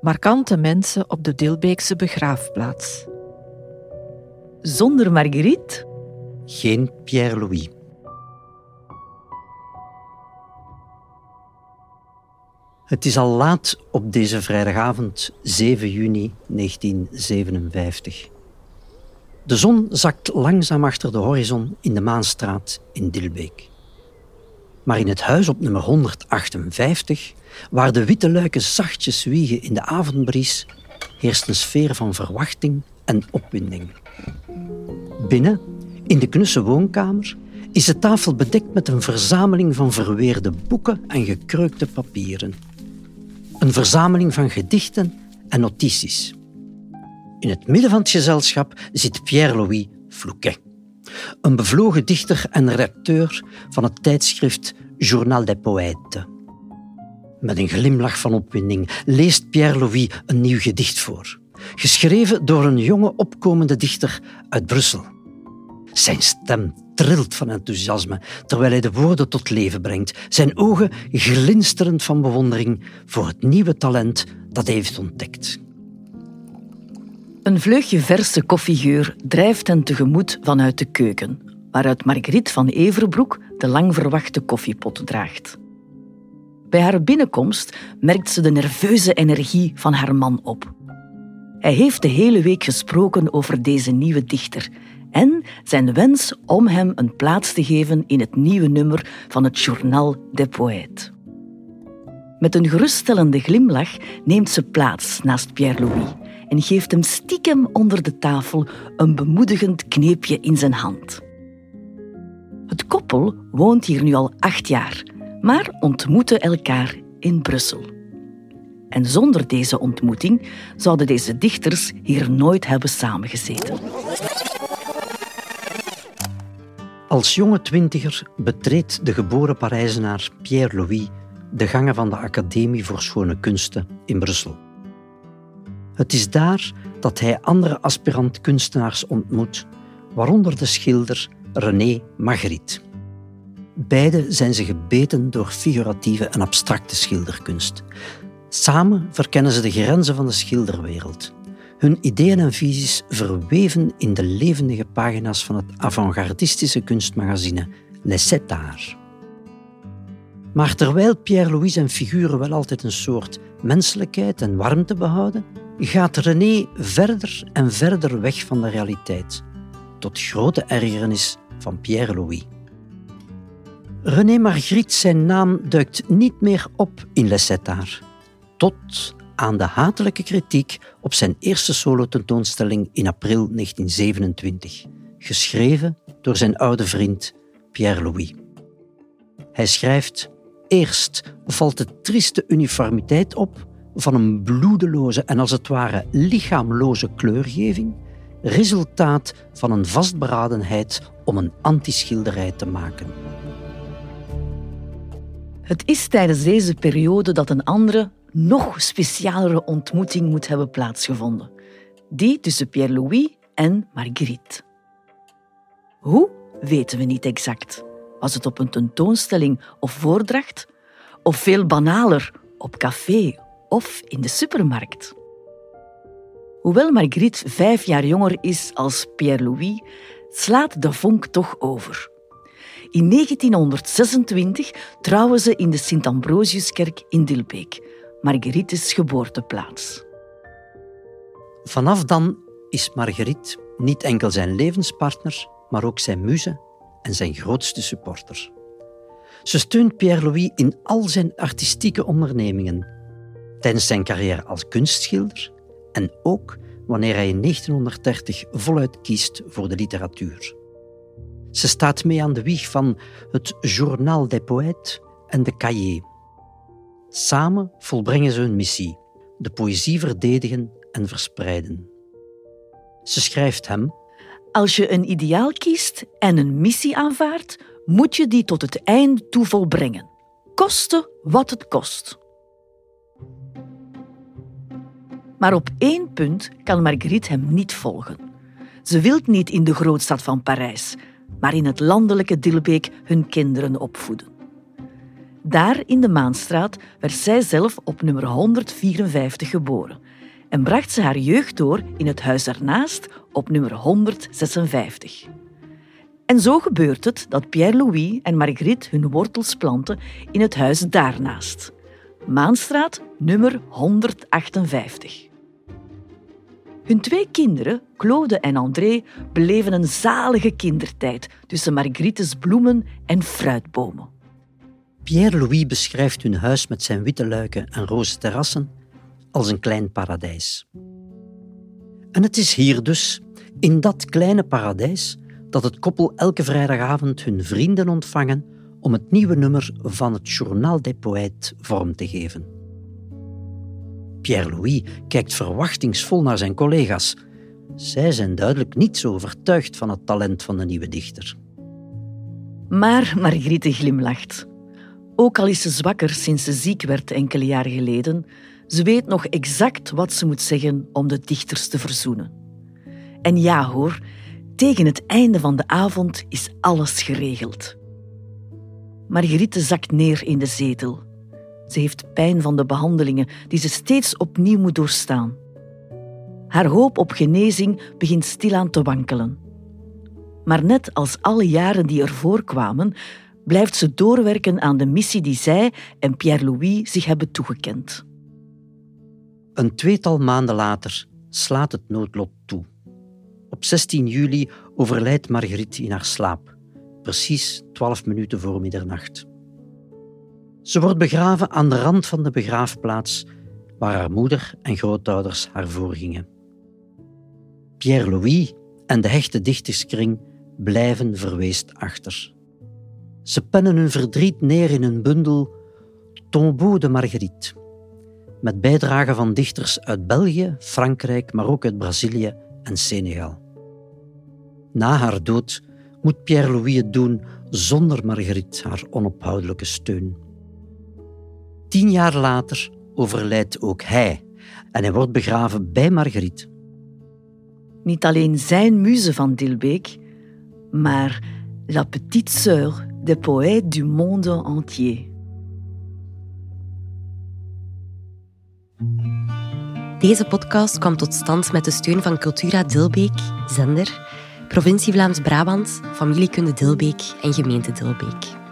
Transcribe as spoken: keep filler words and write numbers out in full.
Markante mensen op de Dilbeekse begraafplaats. Zonder Marguerite? Geen Pierre-Louis. Het is al laat op deze vrijdagavond, zeven juni negentien zevenenvijftig. De zon zakt langzaam achter de horizon in de Maanstraat in Dilbeek. Maar in het huis op nummer honderdachtenvijftig, waar de witte luiken zachtjes wiegen in de avondbries, heerst een sfeer van verwachting en opwinding. Binnen, in de knusse woonkamer, is de tafel bedekt met een verzameling van verweerde boeken en gekreukte papieren. Een verzameling van gedichten en notities. In het midden van het gezelschap zit Pierre-Louis Flouquet, een bevlogen dichter en redacteur van het tijdschrift Journal des Poètes. Met een glimlach van opwinding leest Pierre-Louis een nieuw gedicht voor, geschreven door een jonge opkomende dichter uit Brussel. Zijn stem trilt van enthousiasme terwijl hij de woorden tot leven brengt, zijn ogen glinsterend van bewondering voor het nieuwe talent dat hij heeft ontdekt. Een vleugje verse koffiegeur drijft hen tegemoet vanuit de keuken, waaruit Marguerite van Everbroek de lang verwachte koffiepot draagt. Bij haar binnenkomst merkt ze de nerveuze energie van haar man op. Hij heeft de hele week gesproken over deze nieuwe dichter en zijn wens om hem een plaats te geven in het nieuwe nummer van het Journal des Poètes. Met een geruststellende glimlach neemt ze plaats naast Pierre-Louis en geeft hem stiekem onder de tafel een bemoedigend kneepje in zijn hand. Het koppel woont hier nu al acht jaar, maar ontmoeten elkaar in Brussel. En zonder deze ontmoeting zouden deze dichters hier nooit hebben samengezeten. Als jonge twintiger betreedt de geboren Parijzenaar Pierre-Louis de gangen van de Academie voor Schone Kunsten in Brussel. Het is daar dat hij andere aspirant-kunstenaars ontmoet, waaronder de schilder René Magritte. Beide zijn ze gebeten door figuratieve en abstracte schilderkunst. Samen verkennen ze de grenzen van de schilderwereld. Hun ideeën en visies verweven in de levendige pagina's van het avant-gardistische kunstmagazine Les Sept Arts. Maar terwijl Pierre-Louis zijn figuren wel altijd een soort menselijkheid en warmte behouden, gaat René verder en verder weg van de realiteit, tot grote ergernis van Pierre-Louis. René Magritte, zijn naam duikt niet meer op in Les Sept Arts, tot aan de hatelijke kritiek op zijn eerste solo-tentoonstelling in april negentien zevenentwintig, geschreven door zijn oude vriend Pierre-Louis. Hij schrijft: eerst valt de trieste uniformiteit op van een bloedeloze en als het ware lichaamloze kleurgeving, resultaat van een vastberadenheid om een antischilderij te maken. Het is tijdens deze periode dat een andere, nog specialere ontmoeting moet hebben plaatsgevonden. Die tussen Pierre-Louis en Marguerite. Hoe, weten we niet exact. Was het op een tentoonstelling of voordracht? Of veel banaler, op café of in de supermarkt? Hoewel Marguerite vijf jaar jonger is als Pierre-Louis, slaat de vonk toch over. In negentienhonderdzesentwintig trouwen ze in de Sint-Ambrosiuskerk in Dilbeek, Marguerite's geboorteplaats. Vanaf dan is Marguerite niet enkel zijn levenspartner, maar ook zijn muze en zijn grootste supporter. Ze steunt Pierre-Louis in al zijn artistieke ondernemingen, tijdens zijn carrière als kunstschilder en ook wanneer hij in negentienhonderddertig voluit kiest voor de literatuur. Ze staat mee aan de wieg van het Journal des Poètes en de Cahiers. Samen volbrengen ze hun missie, de poëzie verdedigen en verspreiden. Ze schrijft hem: als je een ideaal kiest en een missie aanvaardt, moet je die tot het eind toe volbrengen, koste wat het kost. Maar op één punt kan Marguerite hem niet volgen. Ze wil niet in de grootstad van Parijs, maar in het landelijke Dilbeek hun kinderen opvoeden. Daar in de Maanstraat werd zij zelf op nummer honderdvierenvijftig geboren en bracht ze haar jeugd door in het huis ernaast op nummer honderdzesenvijftig. En zo gebeurt het dat Pierre-Louis en Marguerite hun wortels planten in het huis daarnaast. Maanstraat nummer honderdachtenvijftig. Hun twee kinderen, Claude en André, beleven een zalige kindertijd tussen Marguerite's bloemen en fruitbomen. Pierre-Louis beschrijft hun huis met zijn witte luiken en roze terrassen als een klein paradijs. En het is hier dus, in dat kleine paradijs, dat het koppel elke vrijdagavond hun vrienden ontvangen om het nieuwe nummer van het Journal des Poètes vorm te geven. Pierre-Louis kijkt verwachtingsvol naar zijn collega's. Zij zijn duidelijk niet zo overtuigd van het talent van de nieuwe dichter. Maar Marguerite glimlacht. Ook al is ze zwakker sinds ze ziek werd enkele jaren geleden, ze weet nog exact wat ze moet zeggen om de dichters te verzoenen. En ja hoor, tegen het einde van de avond is alles geregeld. Marguerite zakt neer in de zetel. Ze heeft pijn van de behandelingen die ze steeds opnieuw moet doorstaan. Haar hoop op genezing begint stilaan te wankelen. Maar net als alle jaren die ervoor kwamen, blijft ze doorwerken aan de missie die zij en Pierre-Louis zich hebben toegekend. Een tweetal maanden later slaat het noodlot toe. Op zestien juli overlijdt Marguerite in haar slaap, precies twaalf minuten voor middernacht. Ze wordt begraven aan de rand van de begraafplaats waar haar moeder en grootouders haar voorgingen. Pierre-Louis en de hechte dichterskring blijven verweest achter. Ze pennen hun verdriet neer in een bundel Tombeau de Marguerite, met bijdragen van dichters uit België, Frankrijk, maar ook uit Brazilië en Senegal. Na haar dood moet Pierre-Louis het doen zonder Marguerite, haar onophoudelijke steun. Tien jaar later overlijdt ook hij en hij wordt begraven bij Marguerite. Niet alleen zijn muze van Dilbeek, maar la petite sœur des poètes du monde entier. Deze podcast kwam tot stand met de steun van Cultura Dilbeek, Zender, Provincie Vlaams-Brabant, Familiekunde Dilbeek en Gemeente Dilbeek.